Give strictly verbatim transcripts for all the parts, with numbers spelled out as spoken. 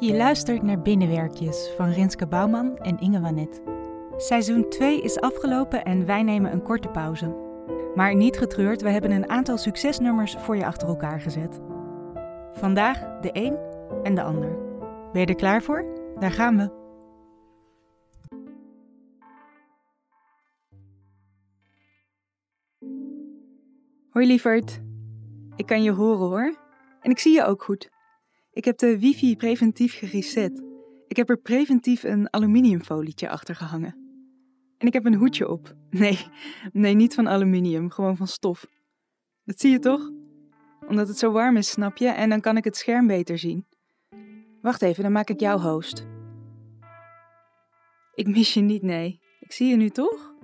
Je luistert naar Binnenwerkjes van Renske Bouwman en Inge Wanet. Seizoen twee is afgelopen en wij nemen een korte pauze. Maar niet getreurd, we hebben een aantal succesnummers voor je achter elkaar gezet. Vandaag de een en de ander. Ben je er klaar voor? Daar gaan we. Hoi lieverd. Ik kan je horen hoor. En ik zie je ook goed. Ik heb de wifi preventief gereset. Ik heb er preventief een aluminiumfolietje achter gehangen. En ik heb een hoedje op. Nee, nee, niet van aluminium, gewoon van stof. Dat zie je toch? Omdat het zo warm is, snap je? En dan kan ik het scherm beter zien. Wacht even, dan maak ik jou host. Ik mis je niet, nee. Ik zie je nu toch?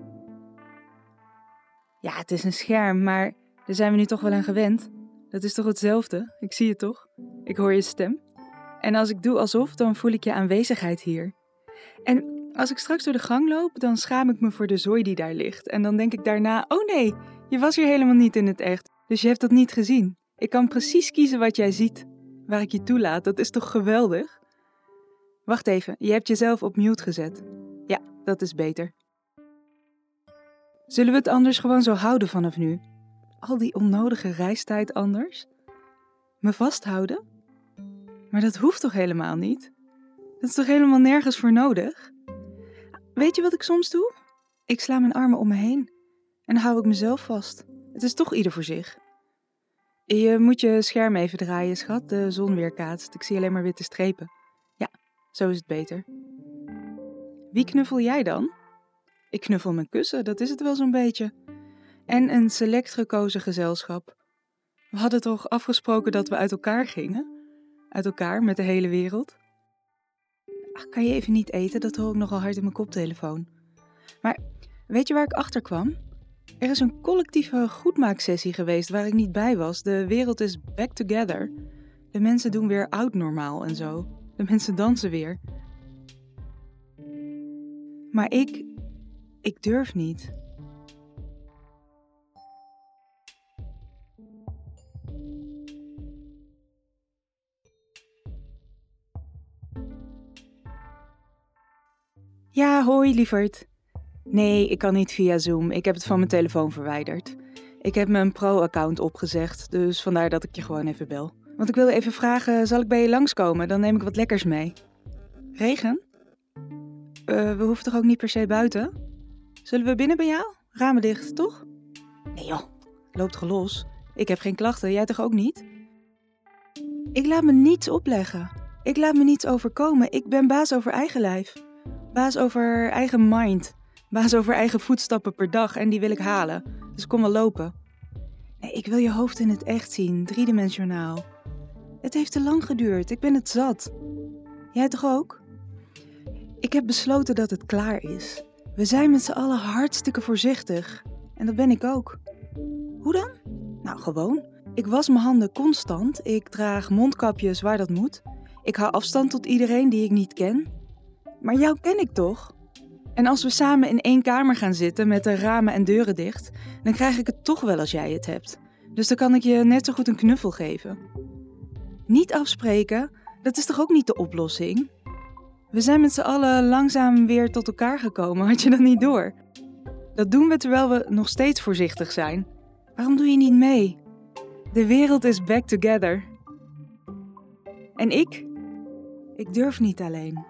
Ja, het is een scherm, maar daar zijn we nu toch wel aan gewend. Dat is toch hetzelfde? Ik zie je toch? Ik hoor je stem. En als ik doe alsof, dan voel ik je aanwezigheid hier. En als ik straks door de gang loop, dan schaam ik me voor de zooi die daar ligt. En dan denk ik daarna, oh nee, je was hier helemaal niet in het echt. Dus je hebt dat niet gezien. Ik kan precies kiezen wat jij ziet. Waar ik je toelaat, dat is toch geweldig? Wacht even, je hebt jezelf op mute gezet. Ja, dat is beter. Zullen we het anders gewoon zo houden vanaf nu? Al die onnodige reistijd anders? Me vasthouden? Maar dat hoeft toch helemaal niet? Dat is toch helemaal nergens voor nodig? Weet je wat ik soms doe? Ik sla mijn armen om me heen en dan hou ik mezelf vast. Het is toch ieder voor zich. Je moet je scherm even draaien, schat. De zon weerkaatst. Ik zie alleen maar witte strepen. Ja, zo is het beter. Wie knuffel jij dan? Ik knuffel mijn kussen, dat is het wel zo'n beetje. En een select gekozen gezelschap. We hadden toch afgesproken dat we uit elkaar gingen? Uit elkaar met de hele wereld? Ach, kan je even niet eten? Dat hoor ik nogal hard in mijn koptelefoon. Maar weet je waar ik achter kwam? Er is een collectieve goedmaaksessie geweest waar ik niet bij was. De wereld is back together. De mensen doen weer oud-normaal en zo. De mensen dansen weer. Maar ik... ik durf niet. Ja, hoi lieverd. Nee, ik kan niet via Zoom. Ik heb het van mijn telefoon verwijderd. Ik heb mijn pro-account opgezegd, dus vandaar dat ik je gewoon even bel. Want ik wil even vragen, zal ik bij je langskomen? Dan neem ik wat lekkers mee. Regen? Uh, we hoeven toch ook niet per se buiten? Zullen we binnen bij jou? Ramen dicht, toch? Nee joh, loopt toch los. Ik heb geen klachten, jij toch ook niet? Ik laat me niets opleggen. Ik laat me niets overkomen. Ik ben baas over eigen lijf. Baas over eigen mind. Baas over eigen voetstappen per dag en die wil ik halen. Dus kom wel lopen. Nee, ik wil je hoofd in het echt zien, driedimensionaal. Het heeft te lang geduurd, ik ben het zat. Jij toch ook? Ik heb besloten dat het klaar is. We zijn met z'n allen hartstikke voorzichtig. En dat ben ik ook. Hoe dan? Nou, gewoon. Ik was mijn handen constant. Ik draag mondkapjes waar dat moet. Ik hou afstand tot iedereen die ik niet ken. Maar jou ken ik toch? En als we samen in één kamer gaan zitten met de ramen en deuren dicht, dan krijg ik het toch wel als jij het hebt. Dus dan kan ik je net zo goed een knuffel geven. Niet afspreken, dat is toch ook niet de oplossing? We zijn met z'n allen langzaam weer tot elkaar gekomen, had je dat niet door? Dat doen we terwijl we nog steeds voorzichtig zijn. Waarom doe je niet mee? De wereld is back together. En ik? Ik durf niet alleen.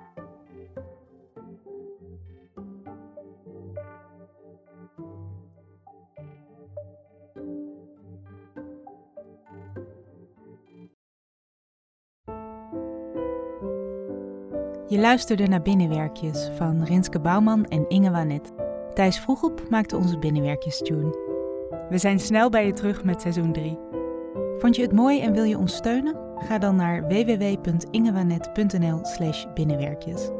Je luisterde naar Binnenwerkjes van Renske Bouwman en Inge Wanet. Thijs Vroegop maakte onze Binnenwerkjes-tune. We zijn snel bij je terug met seizoen drie. Vond je het mooi en wil je ons steunen? Ga dan naar w w w punt ingewanet punt n l slash binnenwerkjes.